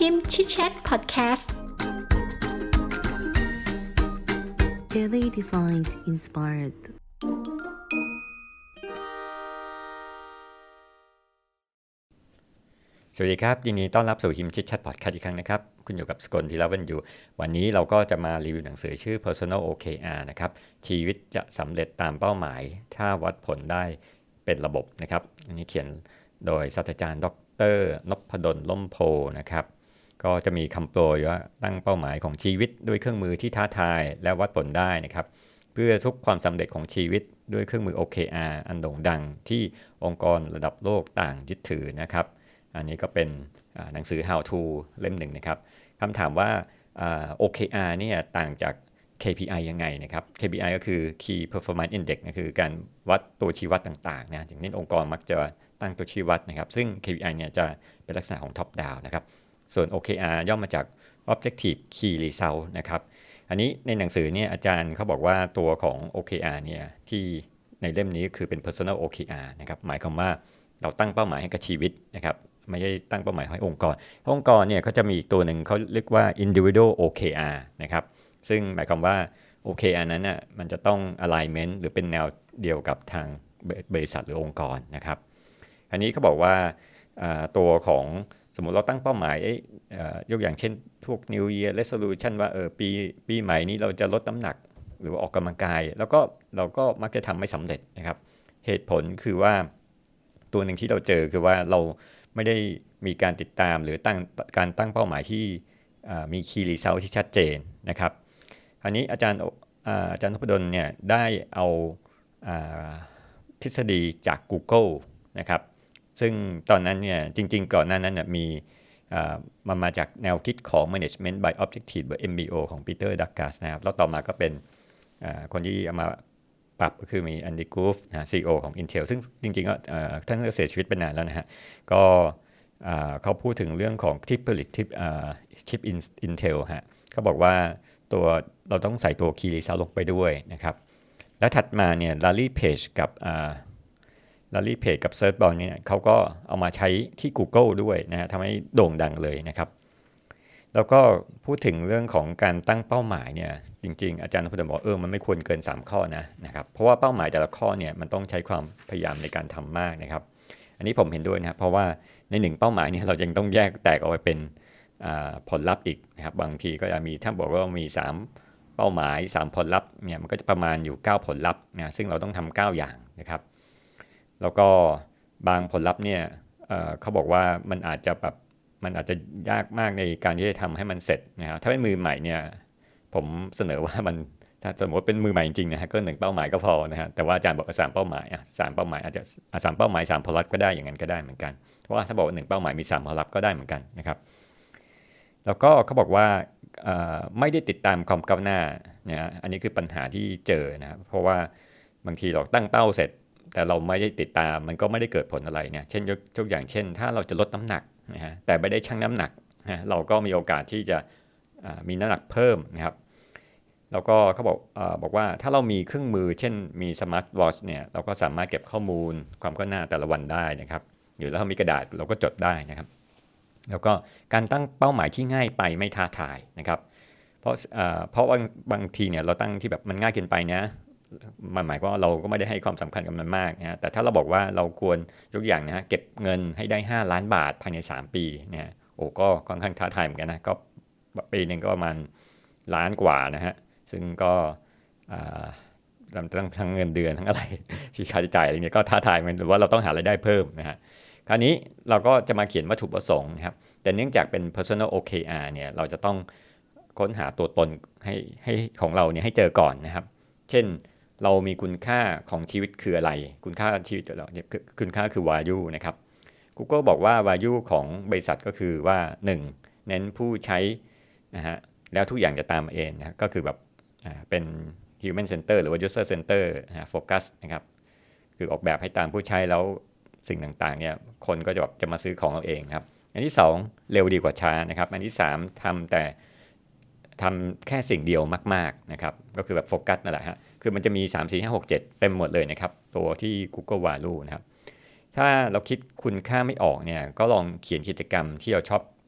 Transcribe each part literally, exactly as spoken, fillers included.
ฮิมชิดแชทพอดแคสต์ Daily Designs Inspired สวัสดีครับยินดีต้อนรับสู่ฮิมชิดแชทพอดแคสต์อีกครั้งนะครับคุณอยู่กับสกลทีละวันอยู่วันนี้เราก็จะมารีวิวหนังสือชื่อ Personal โอ เค อาร์ นะครับชีวิตจะสำเร็จตามเป้าหมายถ้าวัดผลได้เป็นระบบนะครับอันนี้เขียนโดยศาสตราจารย์ดร.นพดลล่มโพนะครับก็จะมีคำโปรยว่าตั้งเป้าหมายของชีวิตด้วยเครื่องมือที่ท้าทายและวัดผลได้นะครับเพื่อทุกความสำเร็จของชีวิตด้วยเครื่องมือ โอ เค อาร์ อันโด่งดังที่องค์กรระดับโลกต่างยึดถือนะครับอันนี้ก็เป็นหนังสือ How to เล่มหนึ่งนะครับคำถามว่า โอ เค อาร์ เนี่ยต่างจาก เค พี ไอ ยังไงนะครับ เค พี ไอ ก็คือ Key Performance Index ก็คือการวัดตัวชี้วัดต่างๆนะอย่างนี้องค์กรมักจะตั้งตัวชี้วัดนะครับซึ่ง เค พี ไอ เนี่ยจะเป็นลักษณะของ Top Down นะครับส่วน โอ เค อาร์ ย่อมาจาก Objective Key Result นะครับอันนี้ในหนังสือเนี่ยอาจารย์เขาบอกว่าตัวของ โอ เค อาร์ เนี่ยที่ในเล่มนี้คือเป็น Personal โอ เค อาร์ นะครับหมายความว่าเราตั้งเป้าหมายให้กับชีวิตนะครับไม่ได้ตั้งเป้าหมายให้องค์กรองค์กรเนี่ยเขาจะมีอีกตัวหนึ่งเขาเรียกว่า Individual โอ เค อาร์ นะครับซึ่งหมายความว่า โอ เค อาร์ นั้นน่ะมันจะต้อง alignment หรือเป็นแนวเดียวกับทางบริษัทหรือองค์กรนะครับอันนี้เขาบอกว่าตัวของสมมุติเราตั้งเป้าหมายยกอย่างเช่นพวก New Year Resolution ว่าเออปีปีใหม่นี้เราจะลดน้ำหนักหรือว่าออกกำลังกายแล้วก็เราก็มักจะทำไม่สำเร็จนะครับเหตุผลคือว่าตัวหนึ่งที่เราเจอคือว่าเราไม่ได้มีการติดตามหรือตั้งการตั้งเป้าหมายที่มี Key Result ที่ชัดเจนนะครับอันนี้อาจารย์อาจารย์นพดลเนี่ยได้เอาทฤษฎีจาก Google นะครับซึ่งตอนนั้นเนี่ยจริงๆก่อนหน้านั้นนะมีมันมาจากแนวคิดของ Management by Objective หรือ เอ็ม บี โอ ของ Peter Douglas นะครับแล้วต่อมาก็เป็นคนที่เอามาปรับก็คือมี Andy Grove นะ ซี อี โอ ของ Intel ซึ่งจริงๆก็ท่านก็เสียชีวิตไปนานแล้วนะฮะก็เขาพูดถึงเรื่องของที่ผลิตชิป Intel ฮะเขาบอกว่าตัวเราต้องใส่ตัว Key Result ลงไปด้วยนะครับแล้วถัดมาเนี่ย Larry Page กับLarry Page กับ Searchbot เนี่ยเขาก็เอามาใช้ที่ Google ด้วยนะฮะทำให้โด่งดังเลยนะครับแล้วก็พูดถึงเรื่องของการตั้งเป้าหมายเนี่ยจริงๆอาจารย์นพดลบอกเออมันไม่ควรเกินสามข้อนะนะครับเพราะว่าเป้าหมายแต่ละข้อเนี่ยมันต้องใช้ความพยายามในการทำมากนะครับอันนี้ผมเห็นด้วยนะเพราะว่าในหนึ่งเป้าหมายเนี่ยเรายังต้องแยกแตกออกไปเป็นผลลัพธ์อีกนะครับบางทีก็จะมีถ้าบอกว่ามีสามเป้าหมายสามผลลัพธ์เนี่ยมันก็จะประมาณอยู่เก้าผลลัพธ์นะซึ่งเราต้องทำเก้าอย่างนะครับแล้วก็บางผลลัพธ์เนี่ย เอ่อ เขาบอกว่ามันอาจจะแบบมันอาจจะยากมากในการที่จะทำให้มันเสร็จนะครับถ้าเป็นมือใหม่เนี่ยผมเสนอว่ามันถ้าสมมติเป็นมือใหม่จริงๆนะฮะก็หนึ่งเป้าหมายก็พอนะฮะแต่ว่าอาจารย์บอกว่าสามเป้าหมายอ่ะสามเป้าหมายอาจจะสามเป้าหมายสามผลลัพธ์ก็ได้อย่างนั้นก็ได้เหมือนกันเพราะว่าถ้าบอกว่าหนึ่งเป้าหมายมีสามผลลัพธ์ก็ได้เหมือนกันนะครับแล้วก็เขาบอกว่าไม่ได้ติดตามความก้าวหน้านะอันนี้คือปัญหาที่เจอนะเพราะว่าบางทีเราตั้งเป้าเสร็จแต่เราไม่ได้ติดตามมันก็ไม่ได้เกิดผลอะไรเนี่ยเช่นยกตัวอย่างเช่นถ้าเราจะลดน้ำหนักนะฮะแต่ไม่ได้ชั่งน้ำหนักนะเราก็มีโอกาสที่จะมีน้ำหนักเพิ่มนะครับแล้วก็เขาบอกเอ่อบอกว่าถ้าเรามีเครื่องมือเช่นมีสมาร์ทวอทช์เนี่ยเราก็สามารถเก็บข้อมูลความก้าวหน้าแต่ละวันได้นะครับหรือเรามีกระดาษเราก็จดได้นะครับแล้วก็การตั้งเป้าหมายที่ง่ายไปไม่ท้าทายนะครับเพราะเอ่อเพราะว่าบางทีเนี่ยเราตั้งที่แบบมันง่ายเกินไปนะมันหมายความว่าเราก็ไม่ได้ให้ความสำคัญกับมันมากนะแต่ถ้าเราบอกว่าเราควรยกอย่างนะเก็บเงินให้ได้ห้าล้านบาทภายในสามปีเนี่ยโอ้ก็ค่อนข้างท้าทายเหมือนกันนะก็ปีนึงก็ประมาณล้านกว่านะฮะซึ่งก็ทั้งทั้งเงินเดือนทั้งอะไรที่ค่าใช้จ่ายอะไรเงี้ยก็ท้าทายมันหรือว่าเราต้องหารายได้เพิ่มนะฮะคราวนี้เราก็จะมาเขียนวัตถุประสงค์นะครับแต่เนื่องจากเป็น Personal โอ เค อาร์ เนี่ยเราจะต้องค้นหาตัวตนให้ให้ของเราเนี่ยให้เจอก่อนนะครับเช่นเรามีคุณค่าของชีวิตคืออะไรคุณค่าชีวิตเราคุณค่าคือ value นะครับ Google บอกว่า value ของบริษัทก็คือว่าหนึ่งเน้นผู้ใช้นะฮะแล้วทุกอย่างจะตามมาเองนะก็คือแบบเป็น human center หรือว่า user center นะ focus นะครับคือออกแบบให้ตามผู้ใช้แล้วสิ่งต่างๆเนี่ยคนก็จะแบบจะมาซื้อของเราเองครับอันที่สองเร็วดีกว่าช้านะครับอันที่สามทำแต่ทำแค่สิ่งเดียวมากๆนะครับก็คือแบบโฟกัสนั่นแหละฮะคือมันจะมีสาม สี่ ห้า หก เจ็ดเต็มหมดเลยนะครับตัวที่ Google Value นะครับถ้าเราคิดคุณค่าไม่ออกเนี่ยก็ลองเขียนกิจกรรมที่เราชอบ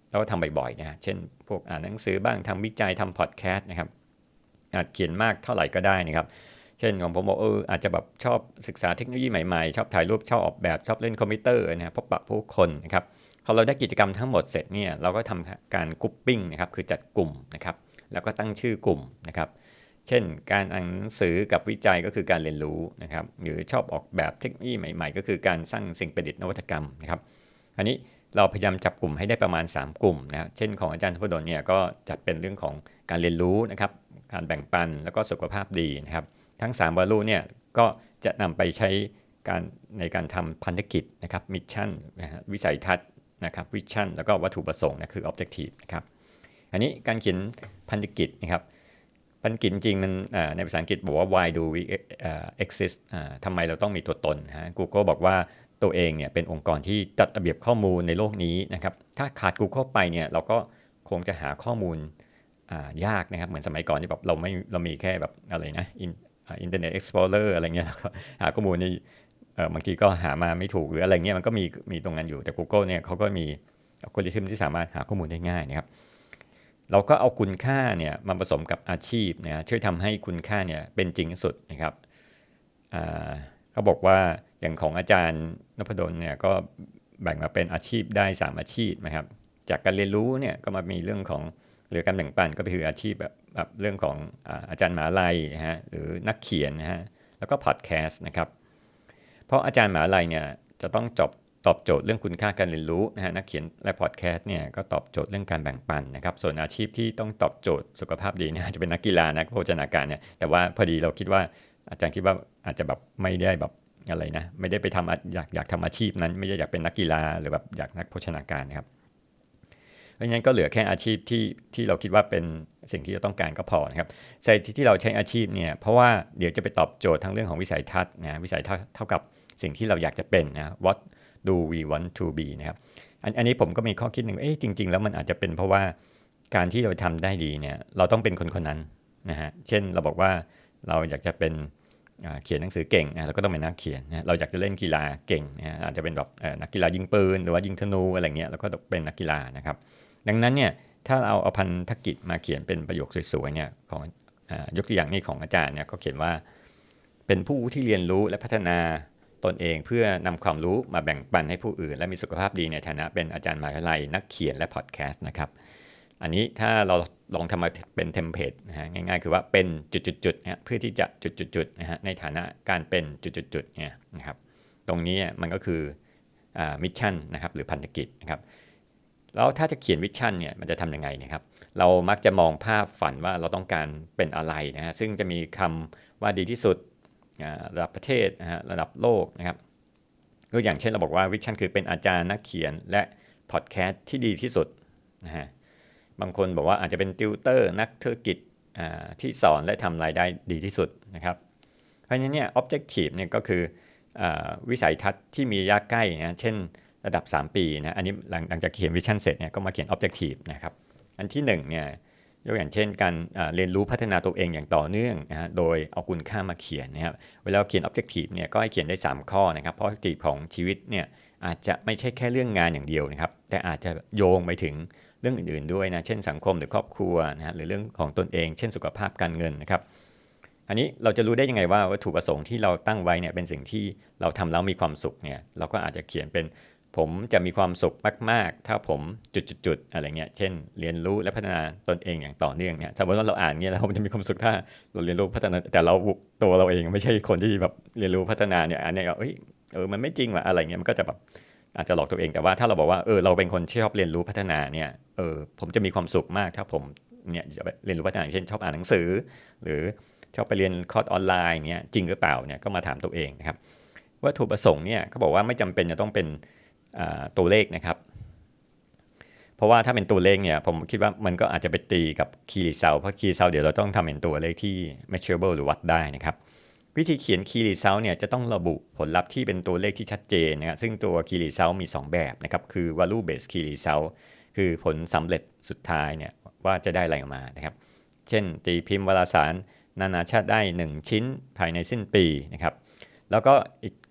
แล้วก็ทำบ่อยๆนะเช่นพวกอ่านหนังสือบ้างทำวิจัยทำพอดแคสต์นะครับอาจเขียนมากเท่าไหร่ก็ได้นะครับเช่นของผมบอกเอออาจจะแบบชอบศึกษาเทคโนโลยีใหม่ๆชอบถ่ายรูปชอบออกแบบชอบเล่นคอมพิวเตอร์นะพบปะผู้คนนะครับพอเราได้กิจกรรมทั้งหมดเสร็จเนี่ยเราก็ทำการกรุ๊ปปิ้งนะครับคือจัดกลุ่มนะครับแล้วก็ตั้งชื่อกลุ่มนะครับเช่นการอ่านหนังสือกับวิจัยก็คือการเรียนรู้นะครับหรือชอบออกแบบเทคโนโลยีใหม่ๆก็คือการสร้างสิ่งประดิษฐ์นวัตกรรมนะครับอันนี้เราพยายามจับกลุ่มให้ได้ประมาณสามกลุ่มนะเช่นของอาจารย์ทพดลเนี่ยก็จัดเป็นเรื่องของการเรียนรู้นะครับการแบ่งปันแล้วก็สุขภาพดีนะครับทั้งสาม value เนี่ยก็จะนำไปใช้การในการทำพันธกิจนะครับมิชชั่นนะฮะวิสัยทัศน์นะครับวิชั่นแล้วก็วัตถุประสงค์นะคือ objective นะครับอันนี้การเขียนพันธกิจนะครับพันธกิจจริงมันในภาษาอังกฤษบอกว่า why do we exist ทำไมเราต้องมีตัวตนฮะ Google บอกว่าตัวเองเนี่ยเป็นองค์กรที่จัดระเบียบข้อมูลในโลกนี้นะครับถ้าขาด Google ไปเนี่ยเราก็คงจะหาข้อมูลยากนะครับเหมือนสมัยก่อนที่แบบเราไม่เรามีแค่แบบอะไรนะอินเทอร์เน็ต Explorer อะไรเงี้ยแล้วก็หาข้อมูลนี่บางทีก็หามาไม่ถูกหรืออะไรเงี้ยมันก็มีมีตรงนั้นอยู่แต่ Google เนี่ยเขาก็มีอัลกอริทึมที่สามารถหาข้อมูลได้ง่ายนะครับเราก็เอาคุณค่าเนี่ยมาผสมกับอาชีพนะช่วยทำให้คุณค่าเนี่ยเป็นจริงที่สุดนะครับเขาบอกว่าอย่างของอาจารย์นพดลเนี่ยก็แบ่งมาเป็นอาชีพได้สามอาชีพนะครับจากการเรียนรู้เนี่ยก็มามีเรื่องของหรือการแบ่งปันก็คืออาชีพแบบแบบเรื่องของอาจารย์มหาลัยนะฮะหรือนักเขียนนะฮะแล้วก็พอดแคสต์นะครับเพราะอาจารย์มหาลัยเนี่ยจะต้องจบตอบโจทย์เรื่องคุณค่าการเรียนรู้นะฮะนักเขียนและพอดแคสต์เนี่ยก็ตอบโจทย์เรื่องการแบ่งปันนะครับส่วนอาชีพที่ต้องตอบโจทย์สุขภาพดีเนี่ยจะเป็นนักกีฬานักโภชนาการเนี่ยแต่ว่าพอดีเราคิดว่าอาจารย์คิดว่าอาจจะแบบไม่ได้แบบอะไรนะไม่ได้ไปทำอยากอยากทำอาชีพนั้นไม่ได้อยากเป็นนักกีฬาหรือแบบอยากนักโภชนาการนะครับเพราะฉะนั้นก็เหลือแค่อาชีพที่ที่เราคิดว่าเป็นสิ่งที่เราต้องการก็พอนะครับใช่ที่เราใช้อาชีพเนี่ยเพราะว่าเดี๋ยวจะไปตอบโจทย์ทั้งเรื่องของวิสัยทัศน์นะวิสัยทัศน์เท่ากับสิ่งที่เราอยากจะเป็นนะ what do we want to be นะครับอันอันนี้ผมก็มีข้อคิดหนึ่งเอ๊ะจริงๆแล้วมันอาจจะเป็นเพราะว่าการที่เราทำได้ดีเนี่ยเราต้องเป็นคนคนนั้นนะฮะเช่นเราบอกว่าเราอยากจะเป็นเขียนหนังสือเก่งนะเราก็ต้องเป็นนักเขียนนะเราอยากจะเล่นกีฬาเก่งนะอาจจะเป็นแบบนักกีฬายิงปืนหรือว่ายิงธนูอะไรเงี้ยเราก็เป็นนักกีฬานะครับดังนั้นเนี่ยถ้าเราเอาพันธกิจมาเขียนเป็นประโยคสวยๆเนี่ยของยกตัวอย่างนี้ของอาจารย์เนี่ยก็เขียนว่าเป็นผู้ที่เรียนรู้และพัฒนาตนเองเพื่อนำความรู้มาแบ่งปันให้ผู้อื่นและมีสุขภาพดีในฐานะเป็นอาจารย์มหาวิทยาลัยนักเขียนและพอดแคสต์นะครับอันนี้ถ้าเราลองทำมาเป็นเทมเพลตนะฮะง่ายๆคือว่าเป็นจุดๆๆนะเพื่อที่จะจุดๆๆนะฮะในฐานะการเป็นจุดๆๆเนี่ยนะครับตรงนี้มันก็คืออ่ามิชชั่นนะครับหรือพันธกิจนะครับแล้วถ้าจะเขียนวิชั่นเนี่ยมันจะทำยังไงนะครับเรามักจะมองภาพฝันว่าเราต้องการเป็นอะไรนะฮะซึ่งจะมีคำว่าดีที่สุดระดับประเทศนะฮะระดับโลกนะครับตัวอย่างเช่นเราบอกว่าวิชั่นคือเป็นอาจารย์นักเขียนและพอดแคสต์ที่ดีที่สุดนะฮะบางคนบอกว่าอาจจะเป็นติวเตอร์นักธุรกิจที่สอนและทำรายได้ดีที่สุดนะครับเพราะฉะนั้นเนี่ย objective เนี่ยก็คือวิสัยทัศน์ที่มีระยะใกล้นะเช่นระดับสามปีนะอันนี้หลังหลังจากเขียนวิชั่นเสร็จเนี่ยก็มาเขียน objective นะครับอันที่หนึ่งเนี่ยยกอย่างเช่นการเรียนรู้พัฒนาตัวเองอย่างต่อเนื่องนะฮะโดยเอาคุณค่ามาเขียนนะครับเวลาเขียน objective เนี่ยก็ให้เขียนได้สามข้อนะครับเพราะ objective ของชีวิตเนี่ยอาจจะไม่ใช่แค่เรื่องงานอย่างเดียวนะครับแต่อาจจะโยงไปถึงเรื่องอื่นๆด้วยนะเช่นสังคมหรือครอบครัวนะฮะหรือเรื่องของตนเองเช่นสุขภาพการเงินนะครับอันนี้เราจะรู้ได้ยังไงว่าวัตถุประสงค์ที่เราตั้งไว้เนี่ยเป็นสิ่งที่เราทำแล้วมีความสุขเนี่ยเราก็อาจจะเขียนเป็นผมจะมีความสุขมากๆถ้าผมจุดๆๆอะไรเงี้ยเช่นเรียนรู้และพัฒนาตนเองอย่างต่อเนื่องเนี่ยสมมติว่าเราอ่านเงี้ยแล้วผมจะมีความสุขถ้าเราเรียนรู้พัฒนาแต่เราตัวเราเองไม่ใช่คนที่แบบเรียนรู้พัฒนาเนี่ยอันนี้ก็เอ้ยเออมันไม่จริงว่ะอะไรเงี้ยมันก็จะแบบอาจจะหลอกตัวเองแต่ว่าถ้าเราบอกว่าเออเราเป็นคนที่ชอบเรียนรู้พัฒนาเนี่ยเออผมจะมีความสุขมากถ้าผมเนี่ยจะเรียนรู้พัฒนาเช่นชอบอ่านหนังสือหรือชอบไปเรียนคอร์สออนไลน์เนี่ยจริงหรือเปล่าเนี่ยก็มาถามตัวเองนะครับวัตถุประสงค์เนี่ยเขาบอกว่าไม่จำเป็นจะต้องเป็นตัวเลขนะครับเพราะว่าถ้าเป็นตัวเลขเนี่ยผมคิดว่ามันก็อาจจะไปตีกับ key result เพราะ key result เดี๋ยวเราต้องทำเป็นตัวเลขที่ measurable หรือวัดได้นะครับวิธีเขียน key result เนี่ยจะต้องระบุผลลัพธ์ที่เป็นตัวเลขที่ชัดเจนนะครับซึ่งตัว key result มีสองแบบนะครับคือ value based key result คือผลสำเร็จสุดท้ายเนี่ยว่าจะได้อะไรออกมานะครับเช่นตีพิมพ์วารสารนานาชาติได้หนึ่งชิ้นภายในสิ้นปีนะครับแล้วก็อีก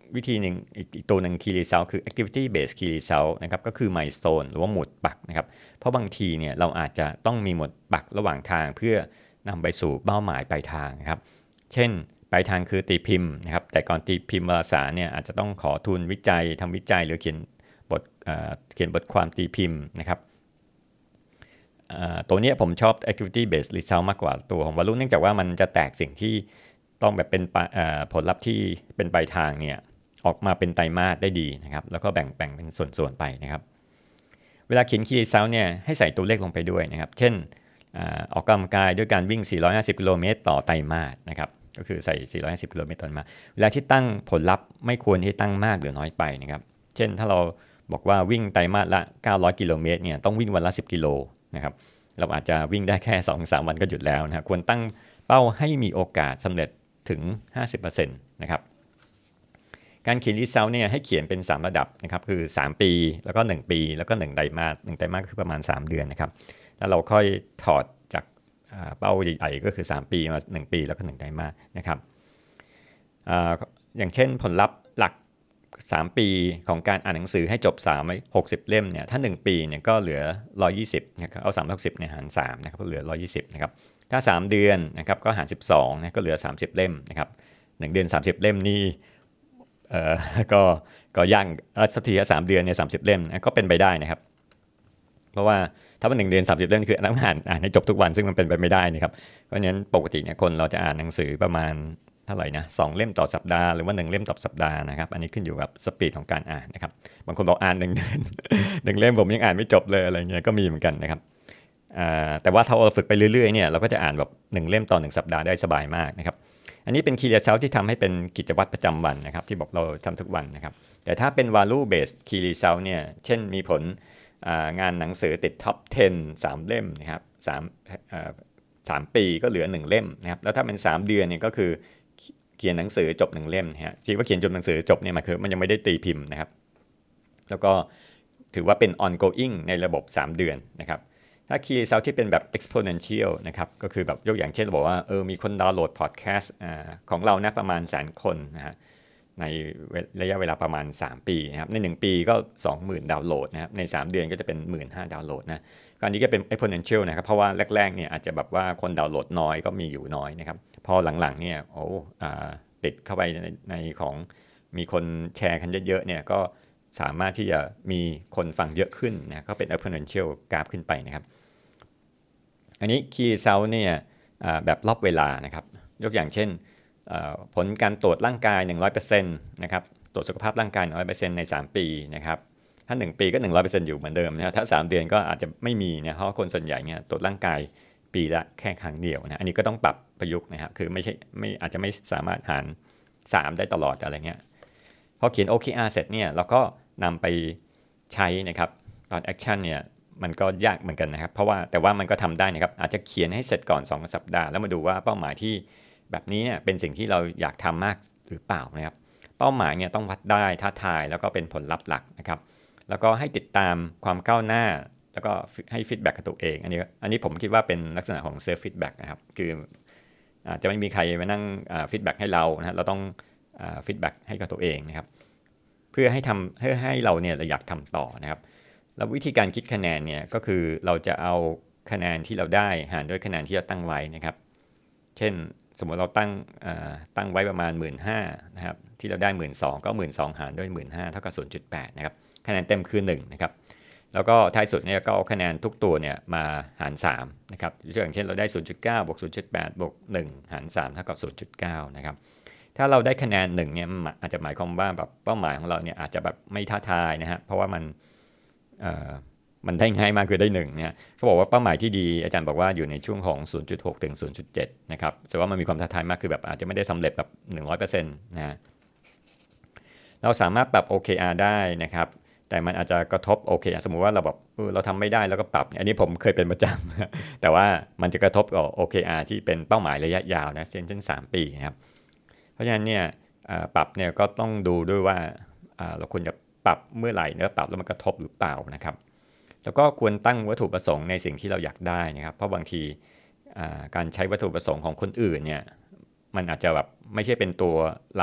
วิธีหนึ่งอีกตัวหนึ่ง Key Result คือ Activity Based Key Result นะครับก็คือ Milestone หรือว่าหมุดปักนะครับเพราะบางทีเนี่ยเราอาจจะต้องมีหมุดปักระหว่างทางเพื่อนำไปสู่เป้าหมายปลายทางนะครับเช่นปลายทางคือตีพิมพ์นะครับแต่ก่อนตีพิมพ์วารสารเนี่ยอาจจะต้องขอทุนวิจัยทำวิจัยหรือเขียนบทเอ่อเขียนบทความตีพิมพ์นะครับตัวนี้ผมชอบ activity based result มากกว่าตัวของ value เนื่องจากว่ามันจะแตกสิ่งที่ต้องแบบเป็นผลลัพธ์ที่เป็นปลายทางเนี่ยออกมาเป็นไตรมาสได้ดีนะครับแล้วก็แบ่งแบ่งเป็นส่วนๆไปนะครับเวลาเขียน key result เนี่ยให้ใส่ตัวเลขลงไปด้วยนะครับเช่นออกกำลังกายด้วยการวิ่งสี่ร้อยห้าสิบกิโลเมตรต่อไตรมาสนะครับก็คือใส่สี่ร้อยห้าสิบกิโลเมตรต่อไตรมาสเวลาที่ตั้งผลลัพธ์ไม่ควรที่ตั้งมากหรือน้อยไปนะครับเช่นถ้าเราบอกว่าวิ่งไตรมาสละเก้าร้อยกิโลเมตรเนี่ยต้องวิ่งวันละสิบกิโลนะครับเราอาจจะวิ่งได้แค่ สองถึงสาม วันก็หยุดแล้วนะควรตั้งเป้าให้มีโอกาสสำเร็จถึง ห้าสิบเปอร์เซ็นต์ นะครับการเขียน result เนี่ยให้เขียนเป็นสามระดับนะครับคือสามปีแล้วก็หนึ่งปีแล้วก็หนึ่งไตรมาสหนึ่งไตรมาสคือประมาณสามเดือนนะครับแล้วเราค่อยถอดจากเป้าใหญ่ๆก็คือสามปีมาหนึ่งปีแล้วก็หนึ่งไตรมาสนะครับอ่าอย่างเช่นผลลัพธ์หลักสามปีของการอ่านหนังสือให้จบสามร้อยหกสิบเล่มเนี่ยถ้าหนึ่งปีเนี่ยก็เหลือหนึ่งร้อยยี่สิบนะครับเอาสามร้อยหกสิบเนี่ยหารสามนะครับก็เหลือหนึ่งร้อยยี่สิบนะครับถ้าสามเดือนนะครับก็หารสิบสองนะก็เหลือสามสิบเล่มนะครับหนึ่งเดือนสามสิบเล่มนี่เอ่อก็ก็ย่างสักทีสามเดือนเนี่ยสามสิบเล่มนะก็เป็นไปได้นะครับเพราะว่าถ้าเป็นหนึ่งเดือนสามสิบเล่มคือต้องอ่านอ่านให้จบทุกวันซึ่งมันเป็นไปไม่ได้นะครับเพราะฉะนั้นปกติเนี่ยคนเราจะอ่านหนังสือประมาณเท่าไหร่นะสองเล่มต่อสัปดาห์หรือว่าหนึ่งเล่มต่อสัปดาห์นะครับอันนี้ขึ้นอยู่กับสปีดของการอ่านนะครับบางคนบอกอ่านหนึ่งเดือนหนึ่งเล่มผมยังอ่านไม่จบเลยอะไรเงี้ยก็มีเหมือนกันนะครับแต่ว่าถ้าเราฝึกไปเรื่อยๆเนี่ยเราก็จะอ่านแบบหนึ่งเล่มต่อหนึ่งสัปดาห์ได้สบายมากนะครับอันนี้เป็น Key Result ที่ทำให้เป็นกิจวัตรประจำวันนะครับที่บอกเราทำทุกวันนะครับแต่ถ้าเป็น Value Based Key Result เนี่ยเช่นมีผลงานหนังสือติดท็อปสิบ สามเล่มนะครับสามเอ่อสามปีก็เหลือหนึ่งเล่มนะครับแล้วถ้าเป็นสามเดือนเนี่ยก็คือเขียนหนังสือจบหนึ่งเล่มนะฮะที่ว่าเขียนจบหนังสือจบเนี่ยมันคือมันยังไม่ได้ตีพิมพ์นะครับแล้วก็ถือว่าเป็น ongoing ในระบบสามเดือนนะครับถ้า Key Result ที่เป็นแบบ exponential นะครับก็คือแบบยกอย่างเช่นบอกว่าเออมีคนดาวน์โหลดพอดแคสต์ของเรานะประมาณแสนคนนะฮะในระยะเวลาประมาณสามปีนะครับในหนึ่งปีก็ สองหมื่น ดาวน์โหลดนะครับในสามเดือนก็จะเป็น หนึ่งหมื่นห้าพัน ดาวน์โหลดนะก็อันนี้ก็เป็น exponential นะครับเพราะว่าแรกๆเนี่ยอาจจะแบบว่าคนดาวน์โหลดน้อยก็มีอยู่น้อยนะครับพอหลังๆเนี่ยโอ้อ่าติดเข้าไปในในของมีคนแชร์กันเยอะๆเนี่ยก็สามารถที่จะมีคนฟังเยอะขึ้นนะก็เป็น exponential กราฟขึ้นไปนะครับอันนี้ Key Result เนี่ยแบบรอบเวลานะครับยกอย่างเช่นผลการตรวจร่างกาย หนึ่งร้อยเปอร์เซ็นต์ นะครับตรวจสุขภาพร่างกาย หนึ่งร้อยเปอร์เซ็นต์ ในสามปีนะครับถ้าหนึ่งปีก็ หนึ่งร้อยเปอร์เซ็นต์ อยู่เหมือนเดิมนะถ้าสามเดือนก็อาจจะไม่มีเนี่ยเพราะคนส่วนใหญ่เนี่ยตรวจร่างกายปีละแค่ครั้งเดียวนะอันนี้ก็ต้องปรับประยุกต์นะครับคือไม่ใช่ไม่อาจจะไม่สามารถหารสามได้ตลอดอะไรเงี้ยพอเขียน โอ เค อาร์ เสร็จเนี่ยเราก็นำไปใช้นะครับตอนแอคชั่นเนี่ยมันก็ยากเหมือนกันนะครับเพราะว่าแต่ว่ามันก็ทำได้นะครับอาจจะเขียนให้เสร็จก่อนสองสัปดาห์แล้วมาดูว่าเป้าหมายที่แบบนี้เนี่ยเป็นสิ่งที่เราอยากทำมากหรือเปล่านะครับเป้าหมายเนี่ยต้องวัดได้ท้าทายแล้วก็เป็นผลลัพธ์หลักนะครับแล้วก็ให้ติดตามความก้าวหน้าแล้วก็ให้ฟีดแบ็กกับตัวเองอันนี้อันนี้ผมคิดว่าเป็นลักษณะของเซลฟ์ฟีดแบ็กนะครับคืออาจจะไม่มีใครมานั่งฟีดแบ็กให้เรานะเราต้องฟีดแบ็กให้กับตัวเองนะครับเพื่อให้ทำให้ให้เราเนี่ยเราอยากทำต่อนะครับแล้ววิธีการคิดคะแนนเนี่ยก็คือเราจะเอาคะแนนที่เราได้หารด้วยคะแนนที่เราตั้งไว้นะครับเช่นสมมติเราตั้งตั้งไว้ประมาณ หนึ่งหมื่นห้าพัน นะครับที่เราได้ หนึ่งหมื่นสองพัน ก็ หนึ่งหมื่นสองพัน หารด้วย หนึ่งหมื่นห้าพัน เท่ากับ ศูนย์จุดแปด นะครับคะแนนเต็มคือหนึ่งนะครับแล้วก็ท้ายสุดเนี่ยก็เอาคะแนนทุกตัวเนี่ยมาหารสามนะครับอย่างเช่นเราได้ ศูนย์จุดเก้า บวก ศูนย์จุดแปด บวกหนึ่งหารสามเท่ากับ ศูนย์จุดเก้า นะครับถ้าเราได้คะแนนหนึ่งเนี่ยอาจจะหมายความว่าแบบเป้าหมายของเราเนี่ยอาจจะแบบไม่ท้าทายนะฮะเพราะว่ามันเอ่อมันได้ง่ายมากคือได้หนึ่งเนี่ยเขาบอกว่าเป้าหมายที่ดีอาจารย์บอกว่าอยู่ในช่วงของ ศูนย์จุดหก ถึง ศูนย์จุดเจ็ด นะครับแต่ว่ามันมีความท้าทายมากคือแบบอาจจะไม่ได้สำเร็จแบบ หนึ่งร้อยเปอร์เซ็นต์ นะฮะเราสามารถปรับ โอ เค อาร์ ได้นะครับแต่มันอาจจะกระทบ โอ เค อาร์ สมมุติว่าเราแบบเออเราทำไม่ได้แล้วก็ปรับอันนี้ผมเคยเป็นประจำ แต่ว่ามันจะกระทบกับ โอ เค อาร์ ที่เป็นเป้าหมายระยะยาวนะเช่นเช่นสามปีนะครับเพราะฉะนั้นเนี่ยปรับเนี่ยก็ต้องดูด้วยว่าเราควรจะปรับเมื่อไหร่เนื้อปรับแล้วมันกระทบหรือเปล่านะครับแล้วก็ควรตั้งวัตถุประสงค์ในสิ่งที่เราอยากได้นะครับเพราะบางทีการใช้วัตถุประสงค์ของคนอื่นเนี่ยมันอาจจะแบบไม่ใช่เป็นตัวเรา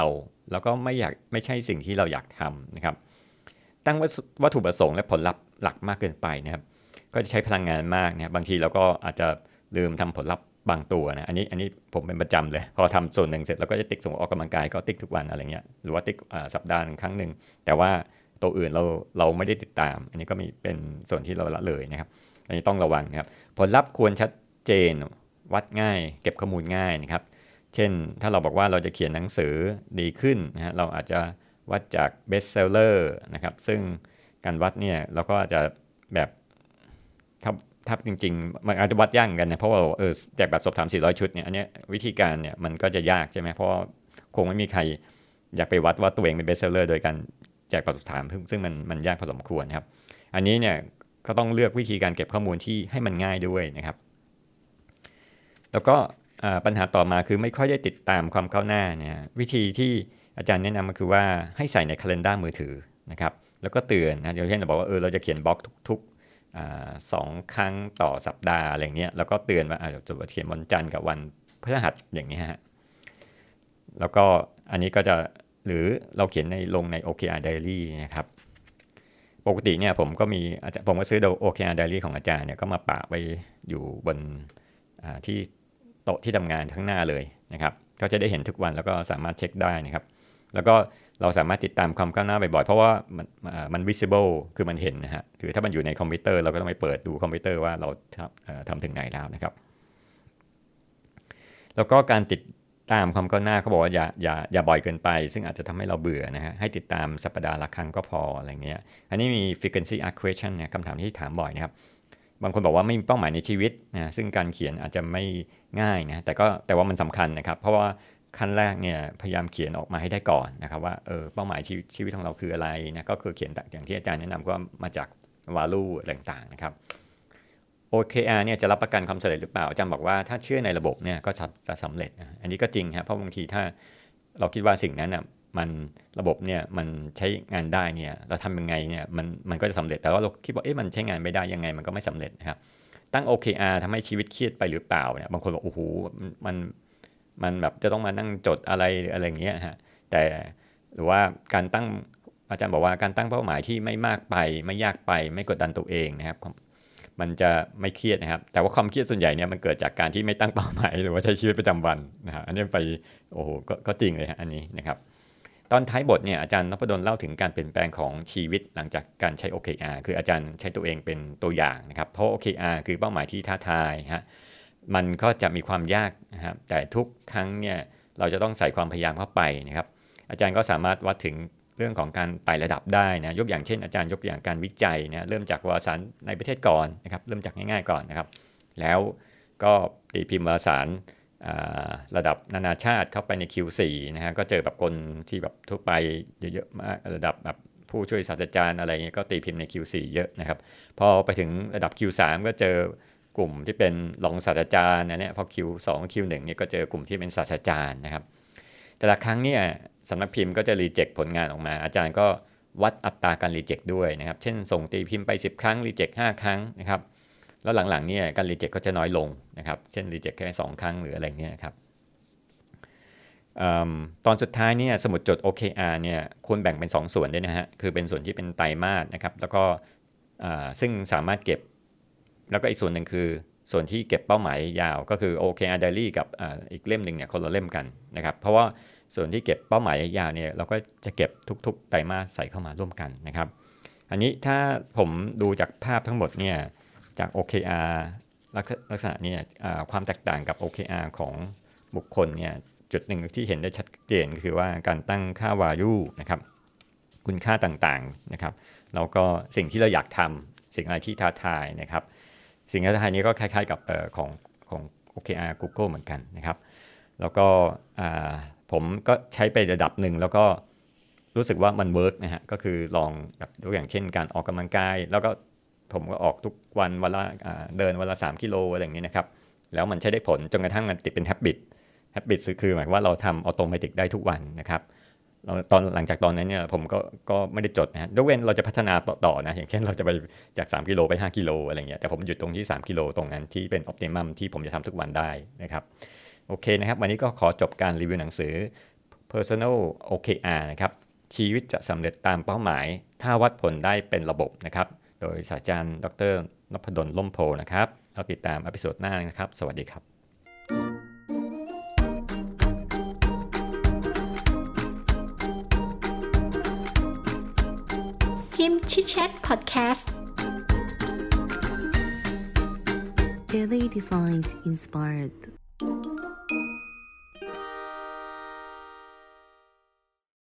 แล้วก็ไม่อยากไม่ใช่สิ่งที่เราอยากทำนะครับตั้งวัตถุประสงค์และผลลัพธ์หลักมากเกินไปนะครับก็จะใช้พลังงานมากนะบางทีเราก็อาจจะลืมทำผลลัพธ์บางตัวนะอันนี้อันนี้ผมเป็นประจำเลยพอทำส่วนหนึ่งเสร็จแล้วก็จะติ๊กส่งออกกำลังกายก็ติ๊กทุกวันอะไรเงี้ยหรือว่าติ๊กสัปดาห์นึงครั้งหนึ่งแต่ว่าตัวอื่นเราเราไม่ได้ติดตามอันนี้ก็มีเป็นส่วนที่เราละเลยนะครับอันนี้ต้องระวังนะครับผลลัพธ์ควรชัดเจนวัดง่ายเก็บข้อมูลง่ายนะครับเช่นถ้าเราบอกว่าเราจะเขียนหนังสือดีขึ้นนะฮะเราอาจจะวัดจากเบสเซลเลอร์นะครับซึ่งการวัดเนี่ยเราก็อาจจะแบบถ้าถ้าจริงๆมันอาจจะวัดยากกันนะเพราะว่าเออแจกแบบสอบถามสี่ร้อยชุดเนี่ยอันนี้วิธีการเนี่ยมันก็จะยากใช่ไหมเพราะคงไม่มีใครอยากไปวัดว่าตัวเองเป็นเบสเซลเลอร์โดยการแจกแบบสอบถามซึ่งมันมันยากพอสมควรครับอันนี้เนี่ยก็ต้องเลือกวิธีการเก็บข้อมูลที่ให้มันง่ายด้วยนะครับแล้วก็ปัญหาต่อมาคือไม่ค่อยได้ติดตามความก้าวหน้าเนี่ยวิธีที่อาจารย์แนะนำก็คือว่าให้ใส่ใน calendar มือถือนะครับแล้วก็เตือนนะอย่างเช่นเราบอกว่าเออเราจะเขียนบล็อกทุกๆสองครั้งต่อสัปดาห์อะไรเงี้ยแล้วก็เตือนว่าจะเขียนวันจันทร์กับวันพฤหัสอย่างนี้ฮะแล้วก็อันนี้ก็จะหรือเราเขียนในลงใน โอ เค อาร์ Diary นะครับปกติเนี่ยผมก็มีผมก็ซื้อ โอ เค อาร์ Diary ของอาจารย์เนี่ยก็มาปะไว้อยู่บนที่โต๊ะที่ทำงานข้างหน้าเลยนะครับก็จะได้เห็นทุกวันแล้วก็สามารถเช็คได้นะครับแล้วก็เราสามารถติดตามความก้าวหน้าบ่อยๆเพราะว่ามันมัน visible คือมันเห็นนะฮะคือถ้ามันอยู่ในคอมพิวเตอร์เราก็ต้องไปเปิดดูคอมพิวเตอร์ว่าเราทำถึงไหนแล้วนะครับแล้วก็การติดตามความก้าวหน้าเขาบอกว่าอย่าอย่าอย่าบ่อยเกินไปซึ่งอาจจะทำให้เราเบื่อนะฮะให้ติดตามสัปดาห์ละครั้งก็พออะไรเงี้ยอันนี้มี frequency asked question เนี่ยคำถามที่ถามบ่อยนะครับบางคนบอกว่าไม่มีเป้าหมายในชีวิตนะซึ่งการเขียนอาจจะไม่ง่ายนะแต่ก็แต่ว่ามันสำคัญนะครับเพราะว่าขั้นแรกเนี่ยพยายามเขียนออกมาให้ได้ก่อนนะครับว่าเออเป้าหมายชีวิตชีวิตของเราคืออะไรนะก็คือเขียนอย่างที่อาจารย์แนะนำก็มาจาก value ต่างๆนะครับ โอ เค อาร์ เนี่ยจะรับประกันความสำเร็จหรือเปล่าอาจารย์บอกว่าถ้าเชื่อในระบบเนี่ยก็จะสำเร็จนะอันนี้ก็จริงครับเพราะบางทีถ้าเราคิดว่าสิ่งนั้นน่ะมันระบบเนี่ยมันใช้งานได้เนี่ยเราทำยังไงเนี่ยมันมันก็จะสำเร็จแต่ว่าเราคิดว่าเอ๊ะมันใช้งานไม่ได้ยังไงมันก็ไม่สำเร็จนะครับตั้ง โอ เค อาร์ ทำให้ชีวิตเครียดไปหรือเปล่าเนี่ยบางคนบอกโอ้โหมันมันแบบจะต้องมานั่งจดอะไรหรืออะไรอย่างเงี้ยฮะแต่หรือว่าการตั้งอาจารย์บอกว่าการตั้งเป้าหมายที่ไม่มากไปไม่ยากไปไม่กดดันตัวเองนะครับมันจะไม่เครียดนะครับแต่ว่าความเครียดส่วนใหญ่เนี่ยมันเกิดจากการที่ไม่ตั้งเป้าหมายหรือว่าใช้ชีวิตประจำวันนะฮะอันนี้ไปโอ้โห ก, ก็จริงเลยฮะอันนี้นะครับตอนท้ายบทเนี่ยอาจารย์นพดลเล่าถึงการเปลี่ยนแปลงของชีวิตหลังจากการใช้ โอ เค อาร์ คืออาจารย์ใช้ตัวเองเป็นตัวอย่างนะครับเพราะ โอ เค อาร์ คือเป้าหมายที่ท้าทายฮะมันก็จะมีความยากนะครับแต่ทุกครั้งเนี่ยเราจะต้องใส่ความพยายามเข้าไปนะครับอาจารย์ก็สามารถวัดถึงเรื่องของการไต่ระดับได้นะยกอย่างเช่นอาจารย์ยกอย่างการวิจัยนะเริ่มจากวารสารในประเทศก่อนนะครับเริ่มจากง่ายๆก่อนนะครับแล้วก็ตีพิมพ์วารสารระดับนานาชาติเข้าไปใน คิว โฟร์ นะฮะก็เจอแบบคนที่แบบทั่วไปเยอะๆมากระดับแบบผู้ช่วยศาสตราจารย์อะไรเงี้ยก็ตีพิมพ์ใน คิว โฟร์ เยอะนะครับพอไปถึงระดับ คิว ทรี ก็เจอกลุ่มที่เป็นรองศาสตราจารย์นะเนี่ยพอ คิว ทู คิว วันเนี่ยก็เจอกลุ่มที่เป็นศาสตราจารย์นะครับแต่ละครั้งเนี่ยสำนักพิมพ์ก็จะรีเจ็คผลงานออกมาอาจารย์ก็วัดอัตราการรีเจ็คด้วยนะครับเช่นส่งตีพิมพ์ไปสิบครั้งรีเจ็คห้าครั้งนะครับแล้วหลังๆเนี่ยการรีเจ็คก็จะน้อยลงนะครับเช่นรีเจ็คแค่สองครั้งหรืออะไรเงี้ยครับตอนสุดท้ายเนี่ยสมุดจด โอ เค อาร์ เนี่ยควรแบ่งเป็นสองส่วนด้วยนะฮะคือเป็นส่วนที่เป็นไตรมาสนะครับแล้วก็ซึ่งสามารถเก็บแล้วก็อีกส่วนหนึ่งคือส่วนที่เก็บเป้าหมายยาวก็คือ โอ เค อาร์ Diary กับอีกเล่มนึงเนี่ยคนละเล่มกันนะครับเพราะว่าส่วนที่เก็บเป้าหมายยาวเนี่ยเราก็จะเก็บทุกๆไตรมาสใส่เข้ามาร่วมกันนะครับอันนี้ถ้าผมดูจากภาพทั้งหมดเนี่ยจาก โอ เค อาร์ ลักษณะเนี่ยความแตกต่างกับ โอ เค อาร์ ของบุคคลเนี่ยจุดหนึ่งที่เห็นได้ชัดเจนคือว่าการตั้งค่า value นะครับคุณค่าต่างๆนะครับแล้วก็สิ่งที่เราอยากทำสิ่งอะไรที่ท้าทายนะครับสิ่งท้าทายนี้ก็คล้ายๆกับเอ่อของของ โอ เค อาร์ Google เหมือนกันนะครับแล้วก็ผมก็ใช้ไประดับหนึ่งแล้วก็รู้สึกว่ามันเวิร์กนะฮะก็คือลองแบบตัวอย่างเช่นการออกกำลังกายแล้วก็ผมก็ออกทุกวันวันละเดินวันละสามกิโลอะไรอย่างนี้นะครับแล้วมันใช้ได้ผลจนกระทั่งมันติดเป็น habit habit คือหมายว่าเราทำออโตเมติกได้ทุกวันนะครับตอนหลังจากตอนนั้นเนี่ยผมก็ก็ไม่ได้จดนะฮะยกเว้นเราจะพัฒนาต่อนะอย่างเช่นเราจะไปจากสามกิโลไปห้ากิโลอะไรเงี้ยแต่ผมหยุดตรงที่สามกิโลตรงนั้นที่เป็น optimum ที่ผมจะทำทุกวันได้นะครับโอเคนะครับวันนี้ก็ขอจบการรีวิวหนังสือ Personal โอ เค อาร์ นะครับชีวิตจะสำเร็จตามเป้าหมายถ้าวัดผลได้เป็นระบบนะครับโดยศาสตราจารย์ดร.นพดล ล่มโพนะครับเราติดตามอพิโซดหน้านะครับสวัสดีครับฮิมชิดแชทพอดแคสต์ Daily Designs Inspired